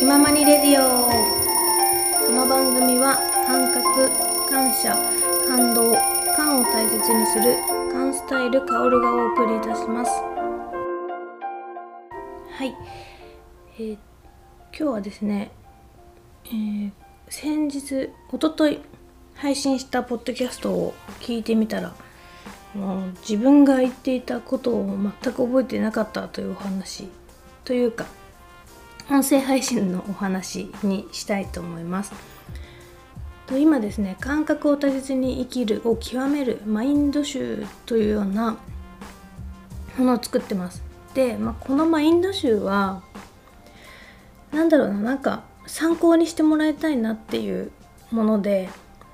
気ままにレディオ。この番組は感覚、感謝、感動、感を大切にする感スタイルカオルがお送りいたします。はい、今日はですね、先日おととい配信したポッドキャストを聞いてみたら、もう自分が言っていたことを全く覚えてなかったというお話というか、音声配信のお話にしたいと思います。今ですね、感覚を大切に生きるを極めるマインド集というようなものを作ってます。で、このマインド集はなんか参考にしてもらいたいなっていうもので、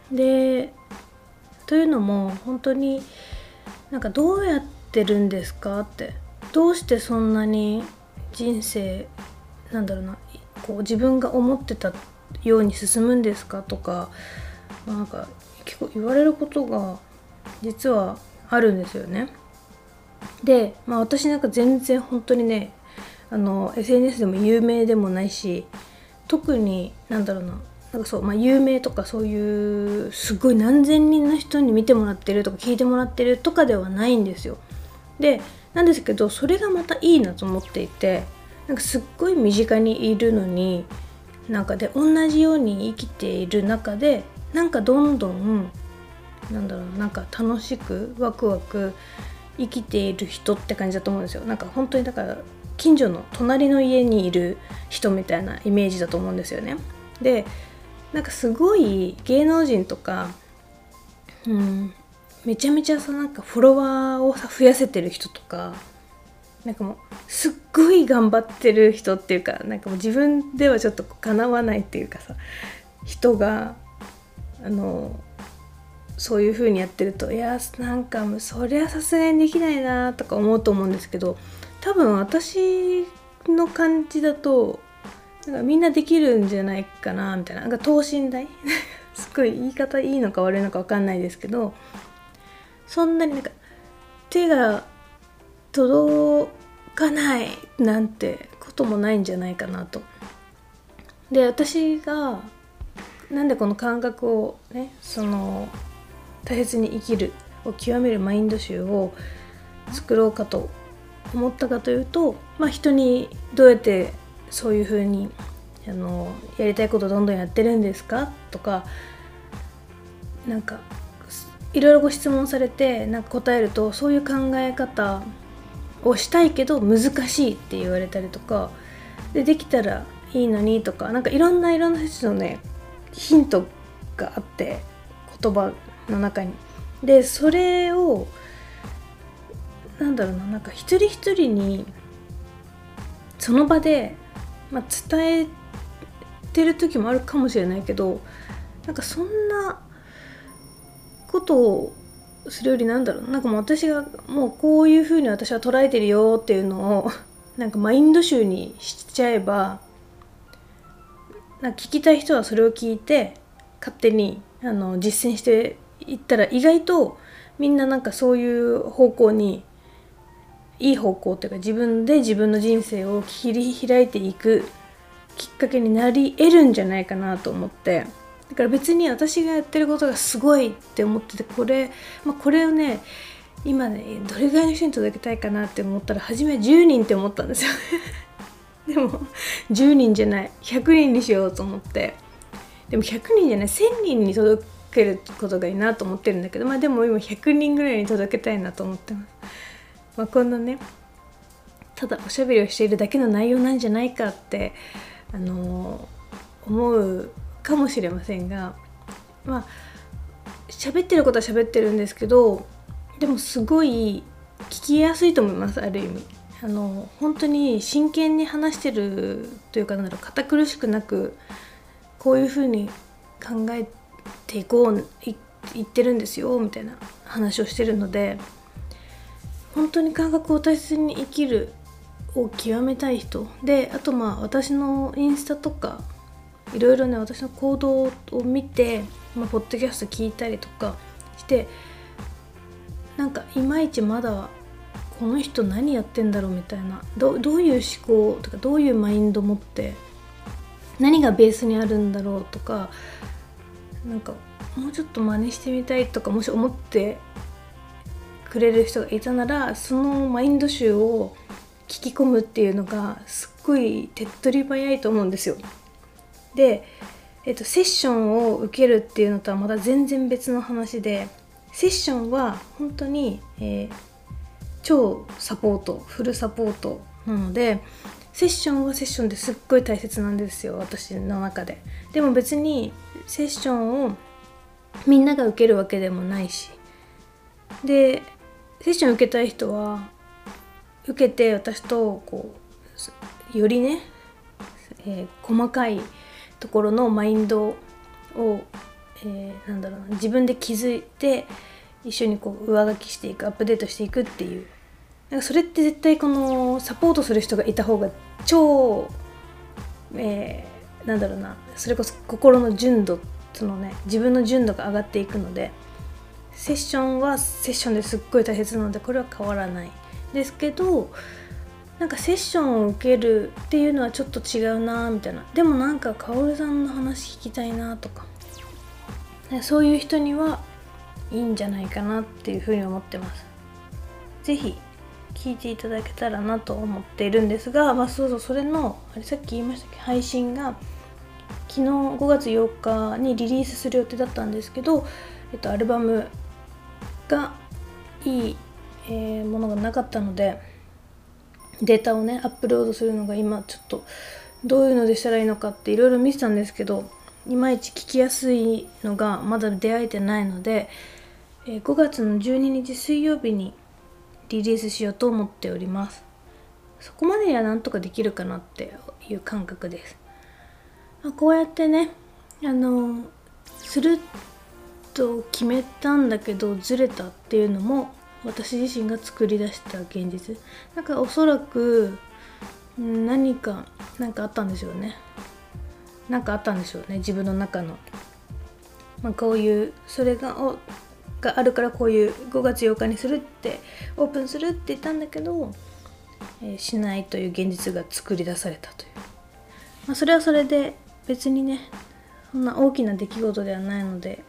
というのも本当にどうやってるんですかって、どうしてそんなに人生こう自分が思ってたように進むんですかとか、結構言われることが実はあるんですよね。で、私全然本当にね、SNS でも有名でもないし、特に有名とかそういうすごい何千人の人に見てもらってるとか聞いてもらってるとかではないんですよ。なんですけど、それがまたいいなと思っていて、すっごい身近にいるのにで同じように生きている中でどんどん楽しくワクワク生きている人って感じだと思うんですよ。本当に近所の隣の家にいる人みたいなイメージだと思うんですよね。ですごい芸能人とか、めちゃめちゃフォロワーを増やせてる人とか、もうすっごい頑張ってる人っていうか、もう自分ではちょっと叶わないっていうかさ、人がそういう風にやってると、もうそりゃさすがにできないなとか思うと思うんですけど、多分私の感じだとみんなできるんじゃないかなみたいな、等身大すごい言い方いいのか悪いのか分かんないですけど、そんなに手が届かないなんてこともないんじゃないかなと。で、私がなんでこの感覚をね、大切に生きるを極めるマインド集を作ろうかと思ったかというと、人にどうやってそういう風にやりたいことどんどんやってるんですかとか、いろいろご質問されて答えると、そういう考え方をしたいけど難しいって言われたりとかできたらいいのにとか、いろんな人のねヒントがあって、言葉の中に。でそれを一人一人にその場で、伝えてる時もあるかもしれないけど、そんなことをするよりもう私がもうこういう風に私は捉えてるよっていうのをマインド集にしちゃえば、聞きたい人はそれを聞いて勝手に実践していったら、意外とみんなそういう方向に、いい方向っていうか、自分で自分の人生を切り開いていくきっかけになり得るんじゃないかなと思って。だから別に私がやってることがすごいって思ってて、これをね、今ねどれぐらいの人に届けたいかなって思ったら、初め10人って思ったんですよねでも10人じゃない、100人にしようと思って。でも100人じゃない、1000人に届けることがいいなと思ってるんだけど、でも今100人ぐらいに届けたいなと思ってます。こんなね、ただおしゃべりをしているだけの内容なんじゃないかって思うかもしれませんが、喋ってることは喋ってるんですけど、でもすごい聞きやすいと思います。ある意味本当に真剣に話してるというか、堅苦しくなく、こういう風に考えていこう言ってるんですよみたいな話をしてるので、本当に感覚を大切に生きるを極めたい人で、あと私のインスタとかいろいろね、私の行動を見て、ポッドキャスト聞いたりとかして、いまいちまだこの人何やってんだろうみたいな、どういう思考とかどういうマインド持って何がベースにあるんだろうとか、なんかもうちょっと真似してみたいとかもし思ってくれる人がいたなら、そのマインド集を聞き込むっていうのがすっごい手っ取り早いと思うんですよ。で、セッションを受けるっていうのとはまた全然別の話で、セッションは本当に、超サポート、フルサポートなので、セッションはセッションですっごい大切なんですよ、私の中で。でも別にセッションをみんなが受けるわけでもないし、でセッション受けたい人は受けて、私とこうよりね、細かいところのマインドを、自分で気づいて一緒にこう上書きしていく、アップデートしていくっていう、なんかそれって絶対このサポートする人がいた方が超、それこそ心の純度、自分の純度が上がっていくので、セッションはセッションですっごい大切なので、これは変わらないですけど、なんかセッションを受けるっていうのはちょっと違うなみたいな、でもなんかカオルさんの話聞きたいなとか、そういう人にはいいんじゃないかなっていうふうに思ってます。ぜひ聞いていただけたらなと思っているんですが、それのさっき言いましたっけ、配信が昨日5月8日にリリースする予定だったんですけど、アルバムがいい、ものがなかったので、データをねアップロードするのが今ちょっとどういうのでしたらいいのかっていろいろ見てたんですけど、いまいち聞きやすいのがまだ出会えてないので、5月の12日水曜日にリリースしようと思っております。そこまではなんとかできるかなっていう感覚です。こうやってね、すると決めたんだけどずれたっていうのも私自身が作り出した現実。なんかおそらく何かあったんでしょうね。自分の中の。こういうそれがあるから、こういう5月8日にするってオープンするって言ったんだけど、しないという現実が作り出されたという。それはそれで別にね、そんな大きな出来事ではないので、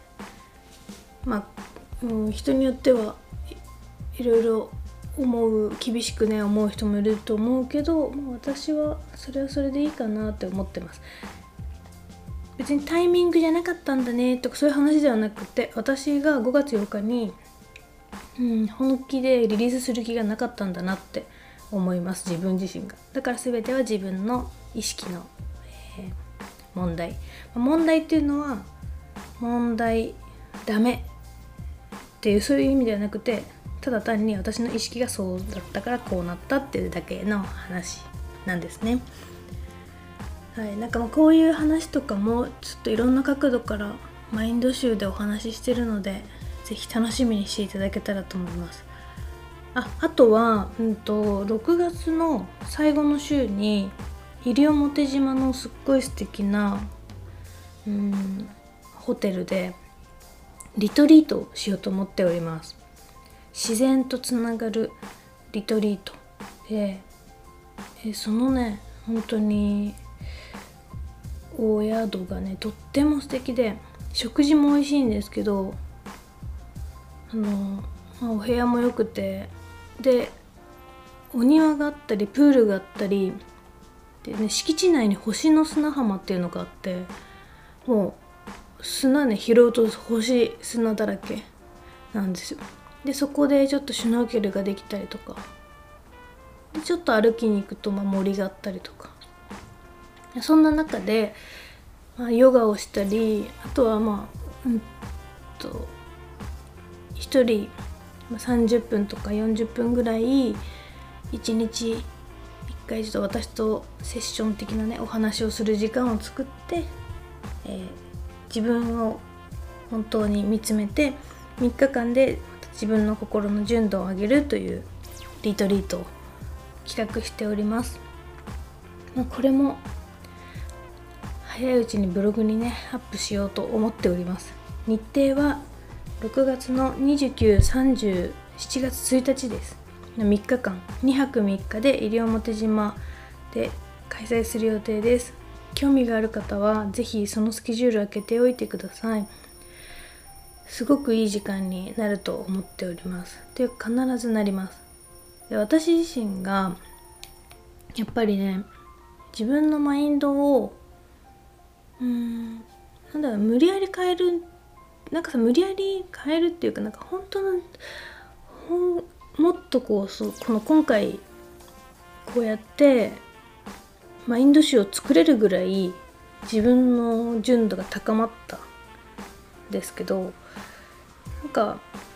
人によってはいろいろ厳しくね思う人もいると思うけど、私はそれはそれでいいかなって思ってます。別にタイミングじゃなかったんだねとかそういう話ではなくて、私が5月8日に、本気でリリースする気がなかったんだなって思います、自分自身が。だから全ては自分の意識の、問題っていうのはダメっていうそういう意味ではなくて、ただ単に私の意識がそうだったからこうなったっていうだけの話なんですね。はい、こういう話とかもちょっといろんな角度からマインド集でお話ししてるので、ぜひ楽しみにしていただけたらと思います。あとは、6月の最後の週に西表島のすっごい素敵なホテルでリトリートをしようと思っております。自然とつながるリトリートで、そのね本当にお宿がねとっても素敵で、食事も美味しいんですけど、お部屋も良くて、でお庭があったりプールがあったりで、ね、敷地内に星の砂浜っていうのがあって、もう砂ね拾うと星砂だらけなんですよ。でそこでちょっとシュノーケルができたりとかで、ちょっと歩きに行くと森があったりとか、そんな中で、ヨガをしたり、あとは一人30分とか40分ぐらい1日1回ちょっと私とセッション的なねお話をする時間を作って、自分を本当に見つめて3日間で自分の心の純度を上げるというリトリートを企画しております。これも早いうちにブログにねアップしようと思っております。日程は6月の29、30、7月1日です。3日間2泊3日で西表島で開催する予定です。 興味がある方は是非そのスケジュール開けておいてください。すごくいい時間になると思っております。で、必ずなります。で、私自身がやっぱりね、自分のマインドを無理やり変える、無理やり変えるっていうか、本当のもっとこの今回こうやってマインド集を作れるぐらい自分の純度が高まったんですけど、や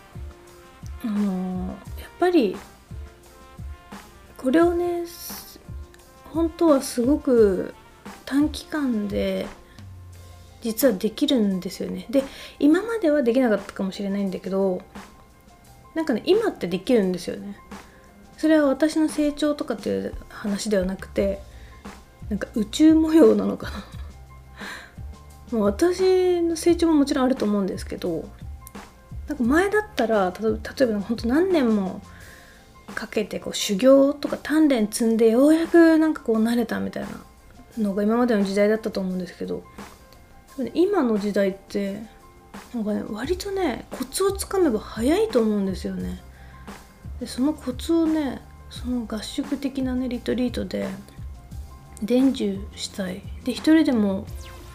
っぱりこれをね、本当はすごく短期間で実はできるんですよね。で、今まではできなかったかもしれないんだけど、今ってできるんですよね。それは私の成長とかっていう話ではなくて、宇宙模様なのかな。もう私の成長ももちろんあると思うんですけど、前だったら例えば本当何年もかけて修行とか鍛錬積んでようやく慣れたみたいなのが今までの時代だったと思うんですけど、今の時代って割とね、コツをつかめば早いと思うんですよね。で、そのコツをね、その合宿的なねリトリートで伝授したい。で、一人でも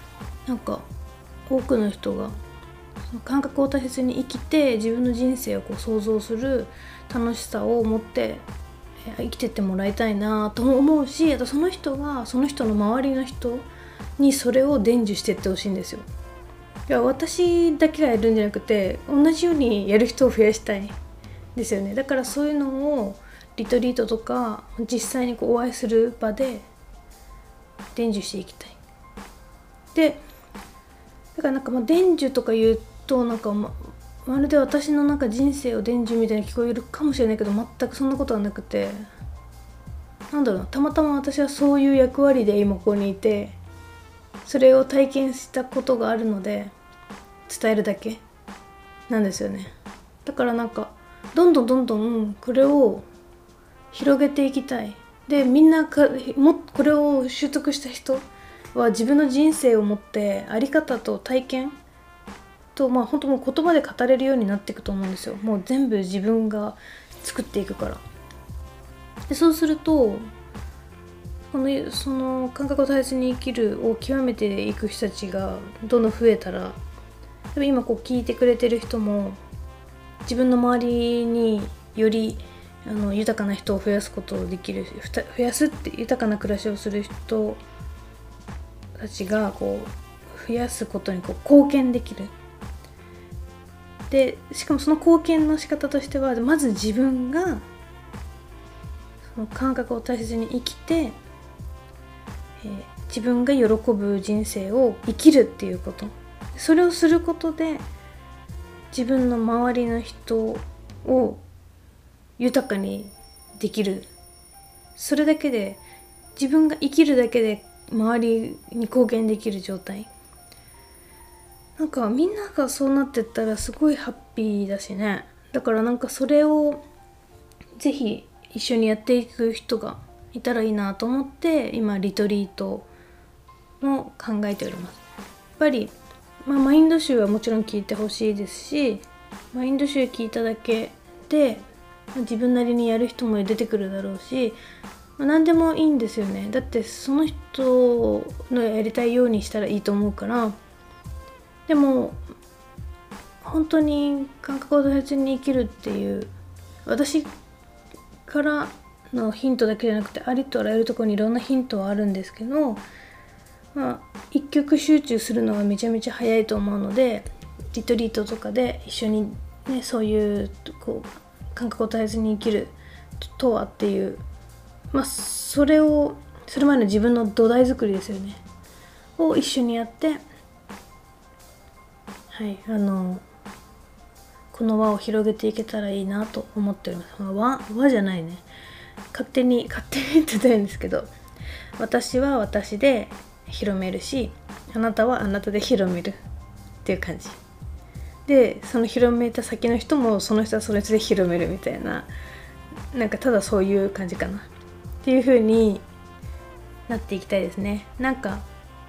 多くの人がその感覚を大切に生きて自分の人生を想像する楽しさを持って生きてってもらいたいなと思うし、あとその人がその人の周りの人にそれを伝授していってほしいんですよ。いや、私だけがやるんじゃなくて同じようにやる人を増やしたいですよね。だからそういうのをリトリートとか実際にお会いする場で伝授していきたい。で、だから伝授とか言うとまるで私の人生を伝授みたいに聞こえるかもしれないけど、全くそんなことはなくて、たまたま私はそういう役割で今ここにいて、それを体験したことがあるので伝えるだけなんですよね。だからどんどんこれを広げていきたい。で、みんなこれを習得した人は自分の人生を持ってあり方と体験と本当もう言葉で語れるようになっていくと思うんですよ。もう全部自分が作っていくから。で、そうするとその感覚を大切に生きるを極めていく人たちがどんどん増えたら、今聞いてくれてる人も自分の周りにより豊かな人を増やすことをできるし、増やすって豊かな暮らしをする人たちが増やすことに貢献できる。で、しかもその貢献の仕方としては、まず自分がその感覚を大切に生きて、自分が喜ぶ人生を生きるっていうこと、それをすることで自分の周りの人を豊かにできる。それだけで、自分が生きるだけで周りに貢献できる状態。みんながそうなってったらすごいハッピーだしね。だからそれをぜひ一緒にやっていく人がいたらいいなと思って、今リトリートも考えております。やっぱり、マインド集はもちろん聞いてほしいですし、マインド集聞いただけで自分なりにやる人も出てくるだろうし、何でもいいんですよね。だってその人のやりたいようにしたらいいと思うから。でも本当に感覚を大切に生きるっていう私からのヒントだけじゃなくて、ありとあらゆるところにいろんなヒントはあるんですけど、一極集中するのがめちゃめちゃ早いと思うので、リトリートとかで一緒にね、そういう感覚を大切に生きるとはっていう、それ前の自分の土台作りですよねを一緒にやって、この輪を広げていけたらいいなと思っております。輪じゃないね、勝手に言ってたんですけど、私は私で広めるし、あなたはあなたで広めるっていう感じで、その広めた先の人もその人はその人で広めるみたいな、ただそういう感じかなっていう風になっていきたいですね。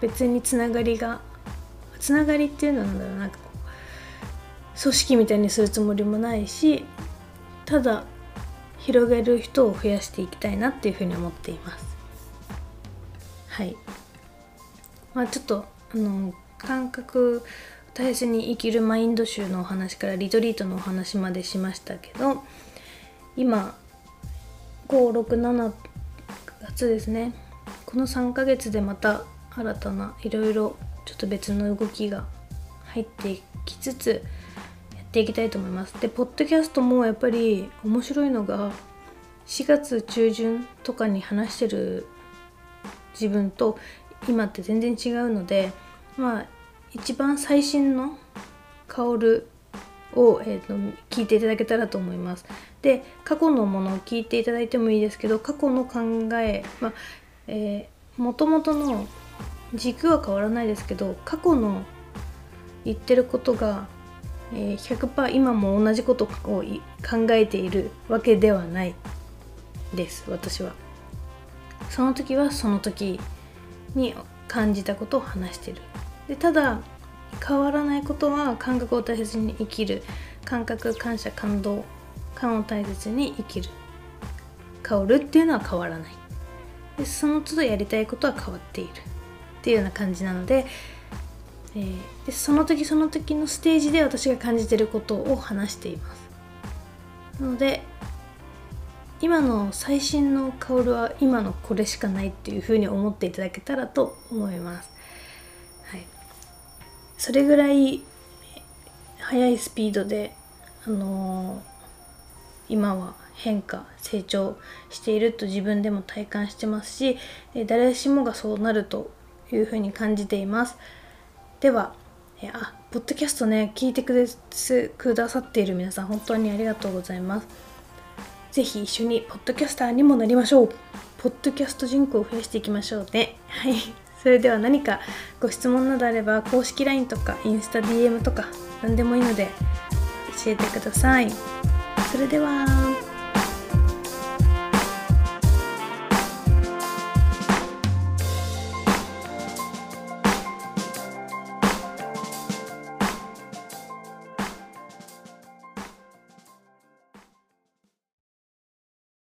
別につながりっていうのはなんか組織みたいにするつもりもないし、ただ広げる人を増やしていきたいなっていうふうに思っています。はい。ちょっと感覚大切に生きるマインド集のお話からリトリートのお話までしましたけど、今5、6、7月ですね。この3ヶ月でまた新たないろいろちょっと別の動きが入ってきつつやっていきたいと思います。で、ポッドキャストもやっぱり面白いのが4月中旬とかに話してる自分と今って全然違うので、一番最新の薫を、聞いていただけたらと思います。で、過去のものを聞いていただいてもいいですけど、過去の考え、元々の軸は変わらないですけど、過去の言ってることが、100% 今も同じことを考えているわけではないです。私はその時はその時に感じたことを話してる。で、ただ変わらないことは感覚を大切に生きる、感覚、感謝、感動、感を大切に生きる、薫っていうのは変わらない。で、その都度やりたいことは変わっているっていうような感じなので、でその時その時のステージで私が感じていることを話しています。なので今の最新の薫は今のこれしかないっていうふうに思っていただけたらと思います。はい、それぐらい速いスピードで、今は変化成長していると自分でも体感してますし、誰しもがそうなるというふうに感じています。では、ポッドキャストね、聞いてくださっている皆さん、本当にありがとうございます。ぜひ一緒にポッドキャスターにもなりましょう。ポッドキャスト人口を増やしていきましょうね。はい。それでは何かご質問などあれば、公式 LINE とかインスタ DM とか何でもいいので教えてください。それでは。